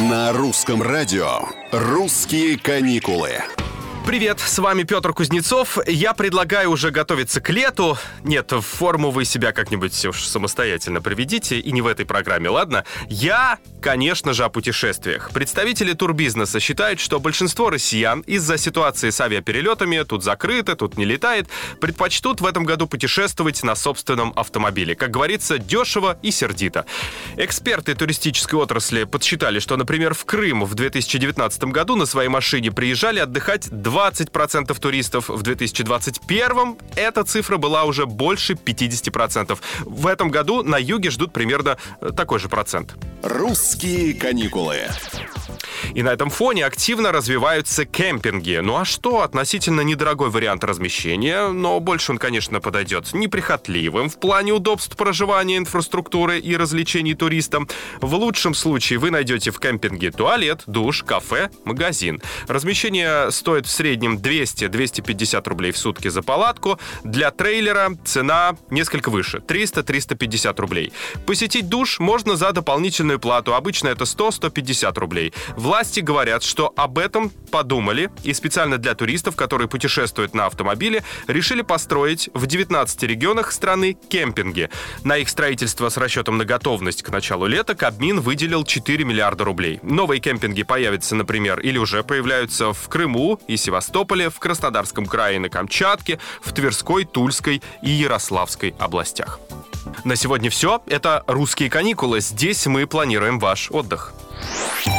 На русском радио «Русские каникулы». Привет, с вами Петр Кузнецов. Я предлагаю уже готовиться к лету. Нет, в форму вы себя как-нибудь уж самостоятельно приведите, и не в этой программе, ладно? Я, конечно же, о путешествиях. Представители турбизнеса считают, что большинство россиян из-за ситуации с авиаперелетами, тут закрыто, тут не летает, предпочтут в этом году путешествовать на собственном автомобиле. Как говорится, дешево и сердито. Эксперты туристической отрасли подсчитали, что, например, в Крым в 2019 году на своей машине приезжали отдыхать 20% туристов. В 2021 эта цифра была уже больше 50%. В этом году на юге ждут примерно такой же процент. «Русские каникулы». И на этом фоне активно развиваются кемпинги. Ну а что? Относительно недорогой вариант размещения, но больше он, конечно, подойдет неприхотливым в плане удобств проживания, инфраструктуры и развлечений туристам. В лучшем случае вы найдете в кемпинге туалет, душ, кафе, магазин. Размещение стоит в среднем 200-250 рублей в сутки за палатку. Для трейлера цена несколько выше, 300-350 рублей. Посетить душ можно за дополнительную плату. Обычно это 100-150 рублей. Власти говорят, что об этом подумали и специально для туристов, которые путешествуют на автомобиле, решили построить в 19 регионах страны кемпинги. На их строительство с расчетом на готовность к началу лета Кабмин выделил 4 миллиарда рублей. Новые кемпинги появятся, например, или уже появляются в Крыму и Севастополе, в Краснодарском крае и на Камчатке, в Тверской, Тульской и Ярославской областях. На сегодня все. Это «Русские каникулы». Здесь мы планируем ваш отдых.